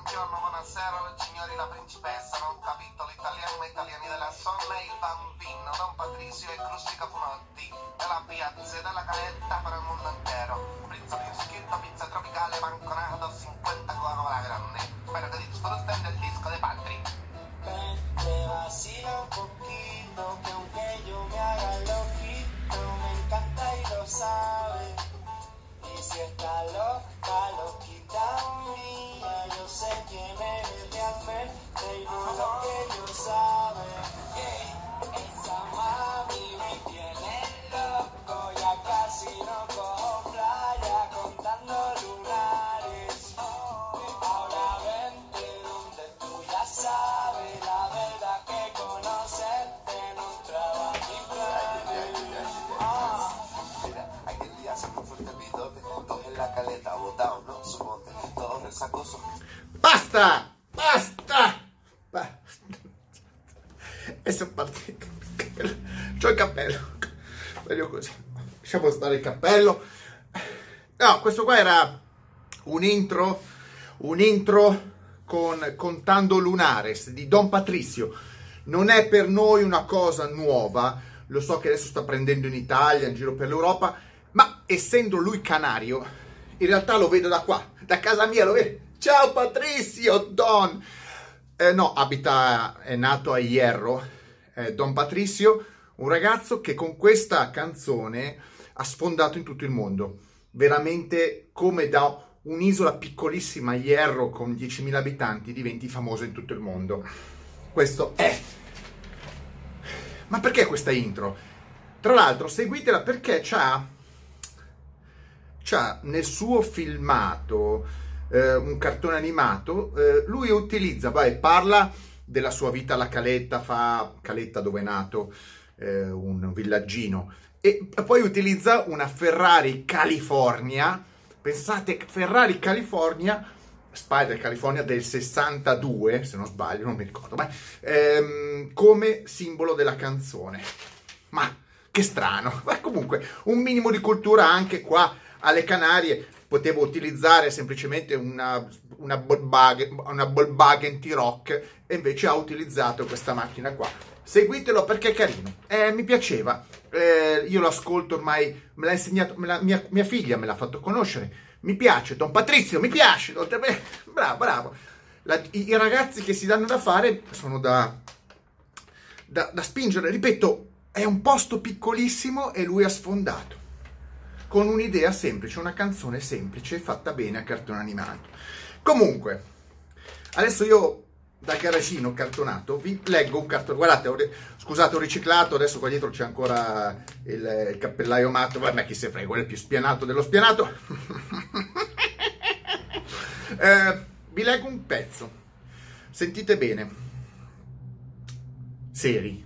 Buongiorno, buonasera, signori, la principessa, non capito l'italiano, ma italiani della sonne, il bambino, Don Patrizio e Crustica Funotti, della piazza e della caletta per il mondo intero. Pizza bischetto, pizza tropicale, banconato, 50 Coca-Cola grande. Spero che disfruten del disco de Patri. Te vacila un poquito, que aunque yo me haga loquito, me encanta y lo sabe. Y si está loca, loquita mía, yo sé quién eres realmente y no lo que yo sabe. Esa mami me tiene loco, ya casi no cojo playa contando lunares. Ahora vente donde tú ya sabes, la verdad que conocerte no trabaja ni Mira, aquel día se me fue el pitote, todos en la caleta, botados, no su monte, todos resacosos. Basta! Basta! Basta! E sono partito. C'ho il cappello. Meglio così. Lasciamo stare il cappello. No, questo qua era un intro con Tando Lunares di Don Patrizio. Non è per noi una cosa nuova, lo so che adesso sta prendendo in Italia, in giro per l'Europa, ma essendo lui canario, in realtà lo vedo da qua, da casa mia, lo vedo. Ciao Patrizio, Don! No, è nato a Hierro, Don Patrizio, un ragazzo che con questa canzone ha sfondato in tutto il mondo. Veramente come da un'isola piccolissima, Hierro, con 10.000 abitanti, diventi famoso in tutto il mondo. Questo è. Ma perché questa intro? Tra l'altro, seguitela perché c'ha nel suo filmato un cartone animato, lui utilizza, parla della sua vita alla Caletta, fa Caletta dove è nato, un villaggino, e poi utilizza una Ferrari California, pensate, Ferrari California, Spider California del 62, se non sbaglio, non mi ricordo, ma come simbolo della canzone. Ma che strano, ma comunque un minimo di cultura anche qua alle Canarie. Potevo utilizzare semplicemente una Volkswagen T-Rock e invece ha utilizzato questa macchina qua. Seguitelo perché è carino, mi piaceva, io lo ascolto ormai, me l'ha insegnato, mia figlia me l'ha fatto conoscere, mi piace, Don Patrizio, mi piace, bravo. I ragazzi che si danno da fare sono da spingere, ripeto, è un posto piccolissimo e lui ha sfondato. Con un'idea semplice, una canzone semplice, fatta bene a cartone animato. Comunque, adesso io dal garagino cartonato vi leggo un cartone. Guardate, scusate, ho riciclato, adesso qua dietro c'è ancora il cappellaio matto, vabbè, chi se frega, quello è il più spianato dello spianato. Vi leggo un pezzo, sentite bene. Seri.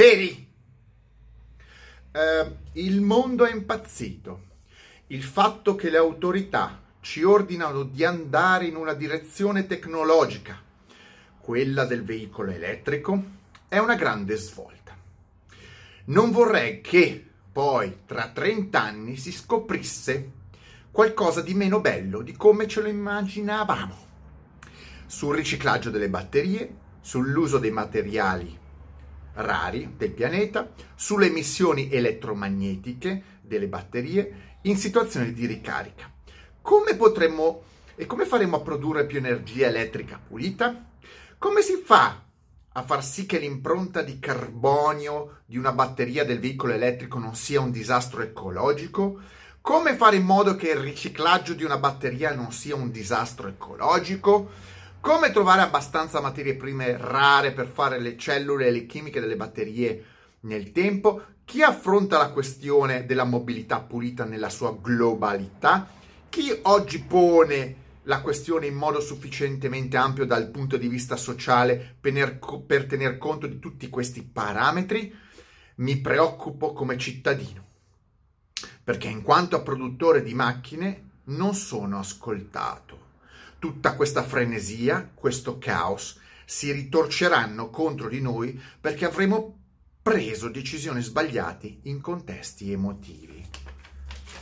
Il mondo è impazzito. Il fatto che le autorità ci ordinano di andare in una direzione tecnologica, quella del veicolo elettrico, è una grande svolta. Non vorrei che poi tra 30 anni si scoprisse qualcosa di meno bello di come ce lo immaginavamo. Sul riciclaggio delle batterie, sull'uso dei materiali rari del pianeta, sulle emissioni elettromagnetiche delle batterie in situazioni di ricarica. Come potremmo e come faremo a produrre più energia elettrica pulita? Come si fa a far sì che l'impronta di carbonio di una batteria del veicolo elettrico non sia un disastro ecologico? Come fare in modo che il riciclaggio di una batteria non sia un disastro ecologico? Come trovare abbastanza materie prime rare per fare le cellule e le chimiche delle batterie nel tempo? Chi affronta la questione della mobilità pulita nella sua globalità? Chi oggi pone la questione in modo sufficientemente ampio dal punto di vista sociale per tener conto di tutti questi parametri? Mi preoccupo come cittadino, perché in quanto a produttore di macchine non sono ascoltato. Tutta questa frenesia, questo caos, si ritorceranno contro di noi perché avremo preso decisioni sbagliate in contesti emotivi.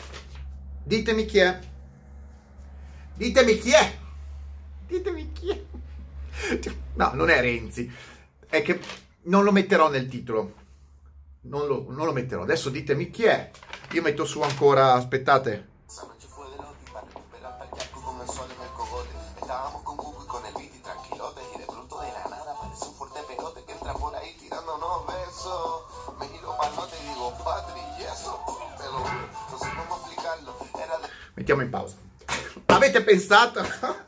Ditemi chi è? Ditemi chi è? Ditemi chi è? No, non è Renzi, è che non lo metterò nel titolo, non lo metterò. Adesso ditemi chi è, io metto su ancora, aspettate. Esa noche fue de loti para recuperar Pachaco con el sol en el cogote. Estábamos con Cuco y con el Viti tranquilotes y de pronto de la nada aparece un fuerte pelote que entra por ahí tirándonos besos. Me giro pa'l norte y digo, Patri, ¿y eso? Pero no sé cómo explicarlo. Era de... Mettiamo in pausa. Avete pensato?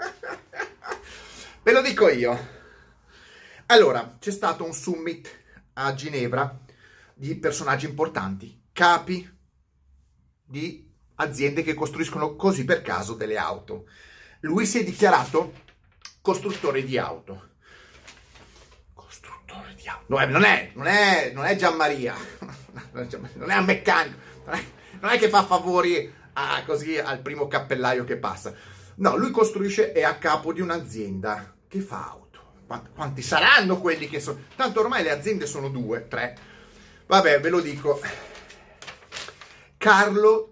Ve lo dico io. Allora, c'è stato un summit a Ginevra di personaggi importanti, capi di aziende che costruiscono così per caso delle auto. Lui si è dichiarato costruttore di auto. Costruttore di auto. No, non è Gianmaria, non è un meccanico, non è che fa favori così al primo cappellaio che passa. No, lui costruisce, è a capo di un'azienda che fa auto. Quanti saranno quelli che sono? Tanto ormai le aziende sono 2, 3. Vabbè, ve lo dico. Carlos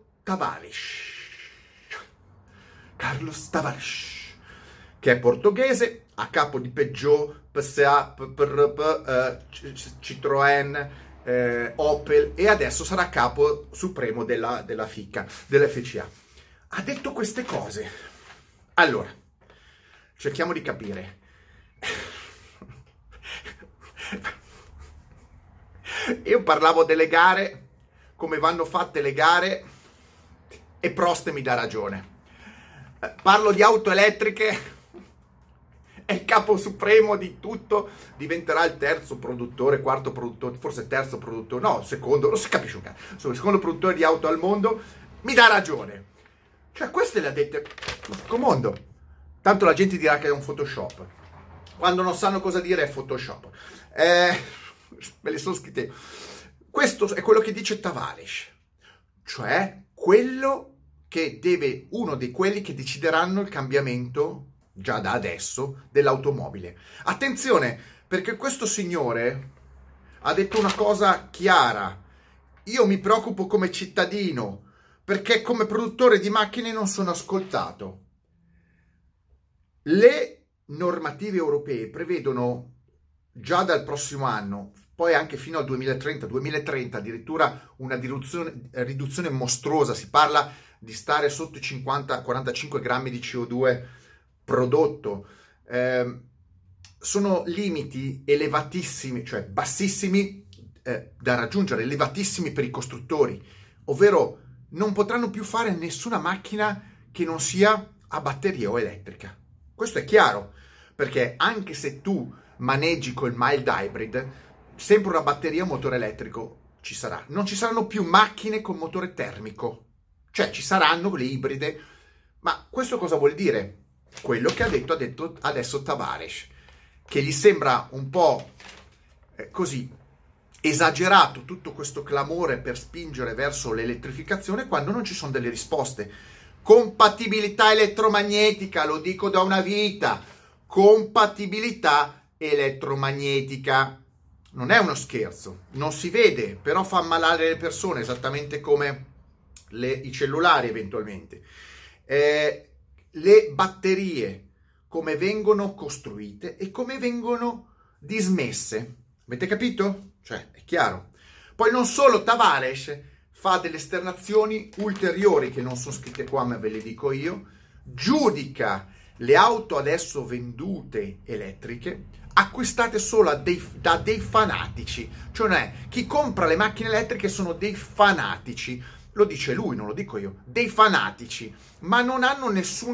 Tavares, che è portoghese, a capo di Peugeot, PSA, Citroën, Opel, e adesso sarà capo supremo della FICA, dell'FCA. Ha detto queste cose. Allora, cerchiamo di capire. Io parlavo delle gare, come vanno fatte le gare, e Prost mi dà ragione. Parlo di auto elettriche, è il capo supremo di tutto, diventerà il terzo produttore, quarto produttore, forse terzo produttore, no, secondo, non si capisce un cazzo, il secondo produttore di auto al mondo, mi dà ragione. Cioè, queste le ha dette Comondo. Tanto la gente dirà che è un Photoshop. Quando non sanno cosa dire è Photoshop. Me le sono scritte. Questo è quello che dice Tavares, cioè uno di quelli che decideranno il cambiamento già da adesso dell'automobile. Attenzione, perché questo signore ha detto una cosa chiara: io mi preoccupo come cittadino perché come produttore di macchine non sono ascoltato. Le normative europee prevedono già dal prossimo anno, poi anche fino al 2030 addirittura una riduzione mostruosa. Si parla di stare sotto i 50-45 grammi di CO2 prodotto. Sono limiti elevatissimi, cioè bassissimi da raggiungere, elevatissimi per i costruttori, ovvero non potranno più fare nessuna macchina che non sia a batteria o elettrica. Questo è chiaro, perché anche se tu maneggi col mild hybrid, sempre una batteria o motore elettrico ci sarà. Non ci saranno più macchine con motore termico, cioè ci saranno le ibride. Ma questo cosa vuol dire? Quello che ha detto adesso Tavares, che gli sembra un po' così esagerato tutto questo clamore per spingere verso l'elettrificazione quando non ci sono delle risposte. Compatibilità elettromagnetica, lo dico da una vita, compatibilità elettromagnetica. Non è uno scherzo, non si vede, però fa ammalare le persone, esattamente come i cellulari eventualmente. Le batterie, come vengono costruite e come vengono dismesse. Avete capito? Cioè, è chiaro. Poi non solo, Tavares fa delle esternazioni ulteriori che non sono scritte qua, ma ve le dico io. Giudica le auto adesso vendute elettriche acquistate solo da dei fanatici, cioè chi compra le macchine elettriche sono dei fanatici, lo dice lui, non lo dico io, dei fanatici, ma non hanno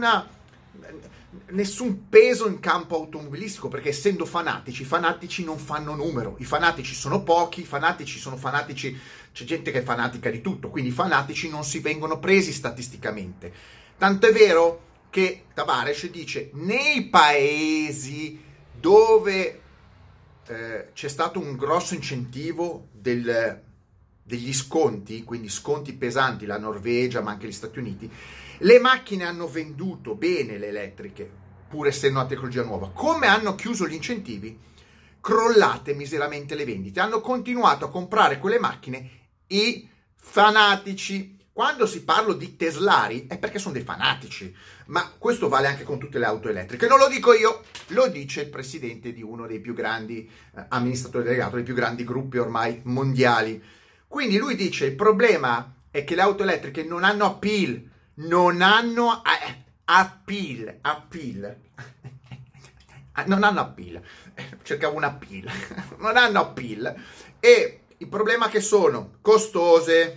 nessun peso in campo automobilistico, perché essendo fanatici, i fanatici non fanno numero, i fanatici sono pochi, i fanatici sono fanatici, c'è gente che è fanatica di tutto, quindi i fanatici non si vengono presi statisticamente. Tanto è vero che Tavares dice nei paesi dove c'è stato un grosso incentivo degli sconti, quindi sconti pesanti, la Norvegia ma anche gli Stati Uniti, le macchine hanno venduto bene, le elettriche, pur essendo una tecnologia nuova. Come hanno chiuso gli incentivi, crollate miseramente le vendite, hanno continuato a comprare quelle macchine i fanatici, Quando si parla di teslari è perché sono dei fanatici, ma questo vale anche con tutte le auto elettriche. Non lo dico io, lo dice il presidente di uno dei più grandi amministratori delegato, dei più grandi gruppi ormai mondiali. Quindi lui dice il problema è che le auto elettriche non hanno appeal, non hanno appeal. Non hanno appeal, cercavo un appeal, non hanno appeal, e il problema è che sono costose,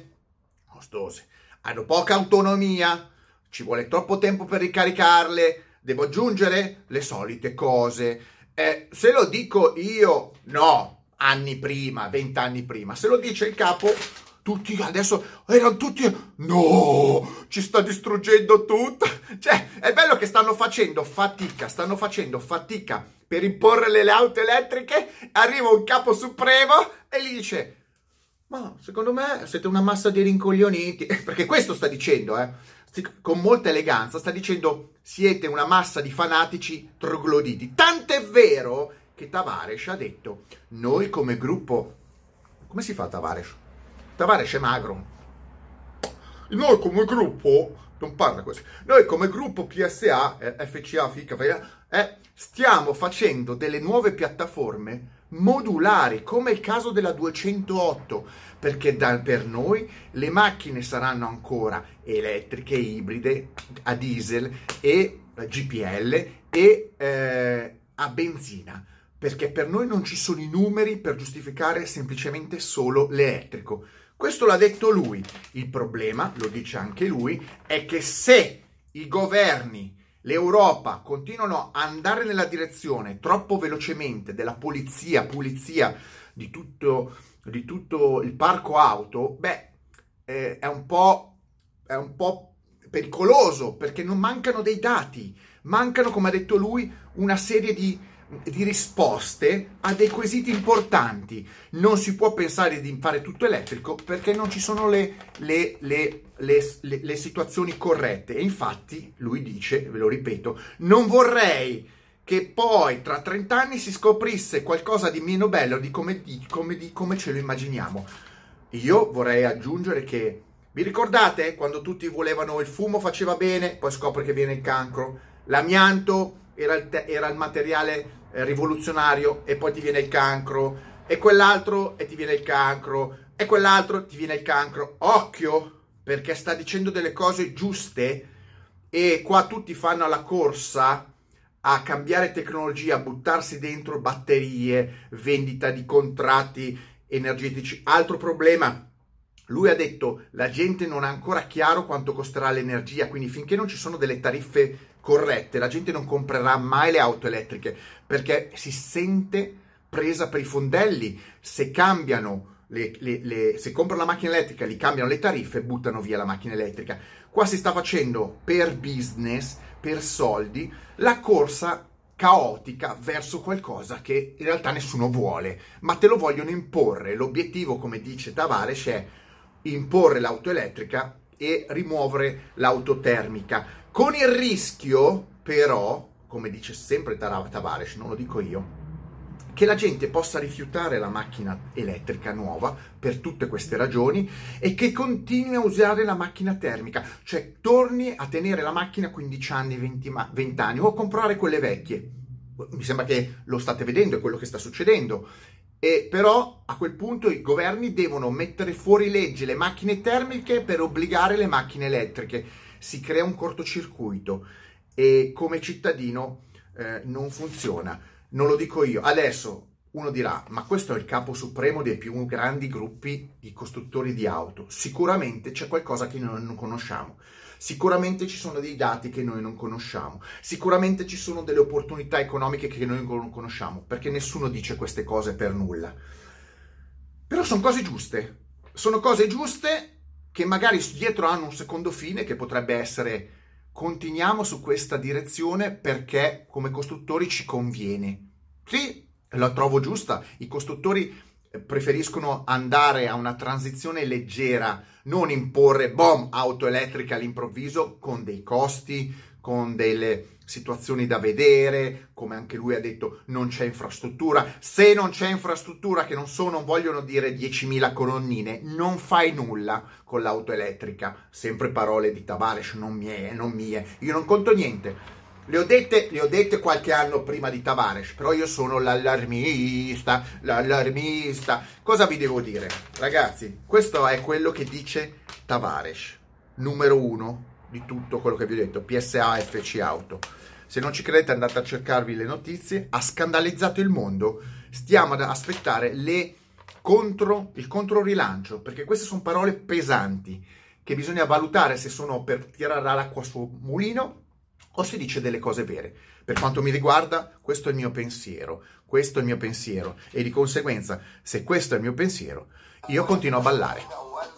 hanno poca autonomia, ci vuole troppo tempo per ricaricarle, devo aggiungere le solite cose. Se lo dico io, no, anni prima, 20 anni prima, se lo dice il capo, tutti adesso erano tutti, no, ci sta distruggendo tutto. Cioè, è bello che stanno facendo fatica per imporre le auto elettriche, arriva un capo supremo e gli dice: ma secondo me siete una massa di rincoglioniti, perché questo sta dicendo, con molta eleganza, sta dicendo siete una massa di fanatici trogloditi. Tant'è vero che Tavares ha detto, noi come gruppo, come si fa Tavares? Tavares è magro. Noi come gruppo, non parla così, noi come gruppo PSA, FCA, FICA, stiamo facendo delle nuove piattaforme modulari, come il caso della 208, perché per noi le macchine saranno ancora elettriche, ibride, a diesel e GPL e a benzina, perché per noi non ci sono i numeri per giustificare semplicemente solo l'elettrico. Questo l'ha detto lui. Il problema, lo dice anche lui, è che se i governi, l'Europa continuano ad andare nella direzione troppo velocemente della pulizia di tutto il parco auto, è un po' pericoloso, perché non mancano dei dati, mancano, come ha detto lui, una serie di risposte a dei quesiti importanti. Non si può pensare di fare tutto elettrico perché non ci sono le situazioni corrette. E infatti lui dice, ve lo ripeto, non vorrei che poi tra 30 anni si scoprisse qualcosa di meno bello di come ce lo immaginiamo. Io vorrei aggiungere che, vi ricordate quando tutti volevano il fumo faceva bene, poi scopre che viene il cancro, l'amianto era il materiale rivoluzionario e poi ti viene il cancro, e quell'altro e ti viene il cancro, e quell'altro ti viene il cancro. Occhio, perché sta dicendo delle cose giuste e qua tutti fanno la corsa a cambiare tecnologia, a buttarsi dentro batterie, vendita di contratti energetici. Altro problema, lui ha detto la gente non ha ancora chiaro quanto costerà l'energia, quindi finché non ci sono delle tariffe corrette la gente non comprerà mai le auto elettriche, perché si sente presa per i fondelli. Se cambiano se comprano la macchina elettrica, gli cambiano le tariffe, buttano via la macchina elettrica. Qua si sta facendo per business, per soldi, la corsa caotica verso qualcosa che in realtà nessuno vuole, ma te lo vogliono imporre. L'obiettivo, come dice Tavares, è imporre l'auto elettrica e rimuovere l'auto termica, con il rischio però, come dice sempre Tavares, non lo dico io, che la gente possa rifiutare la macchina elettrica nuova per tutte queste ragioni e che continui a usare la macchina termica, cioè torni a tenere la macchina 15 anni, 20 anni o a comprare quelle vecchie. Mi sembra che lo state vedendo, è quello che sta succedendo. E però a quel punto i governi devono mettere fuori legge le macchine termiche per obbligare le macchine elettriche. Si crea un cortocircuito e come cittadino non funziona. Non lo dico io. Adesso uno dirà, ma questo è il capo supremo dei più grandi gruppi di costruttori di auto. Sicuramente c'è qualcosa che noi non conosciamo. Sicuramente ci sono dei dati che noi non conosciamo. Sicuramente ci sono delle opportunità economiche che noi non conosciamo, perché nessuno dice queste cose per nulla. Però sono cose giuste. Sono cose giuste che magari dietro hanno un secondo fine, che potrebbe essere: continuiamo su questa direzione perché come costruttori ci conviene. Sì, la trovo giusta. I costruttori preferiscono andare a una transizione leggera, non imporre auto elettrica all'improvviso con dei costi, con delle situazioni da vedere, come anche lui ha detto, non c'è infrastruttura. Se non c'è infrastruttura, che non vogliono dire 10.000 colonnine, non fai nulla con l'auto elettrica. Sempre parole di Tavares, non mie. Io non conto niente. Le ho dette qualche anno prima di Tavares, però io sono l'allarmista. Cosa vi devo dire? Ragazzi, questo è quello che dice Tavares, numero 1 di tutto quello che vi ho detto, PSA FC Auto. Se non ci credete andate a cercarvi le notizie, ha scandalizzato il mondo. Stiamo ad aspettare il controrilancio, perché queste sono parole pesanti che bisogna valutare se sono per tirare l'acqua sul mulino o si dice delle cose vere. Per quanto mi riguarda, questo è il mio pensiero, e di conseguenza, se questo è il mio pensiero, io continuo a ballare.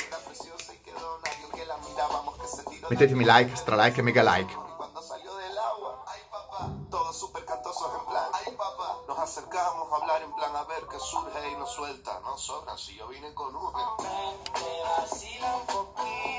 Mettetemi like, stralike e mega like. Cuando salió del agua, ay papá, todos súper cantosos en plan, ay papá, nos acercamos a hablar en plan a ver qué surge y nos suelta, no sobran si yo vine con Uber. Ven, te vacila un poquito.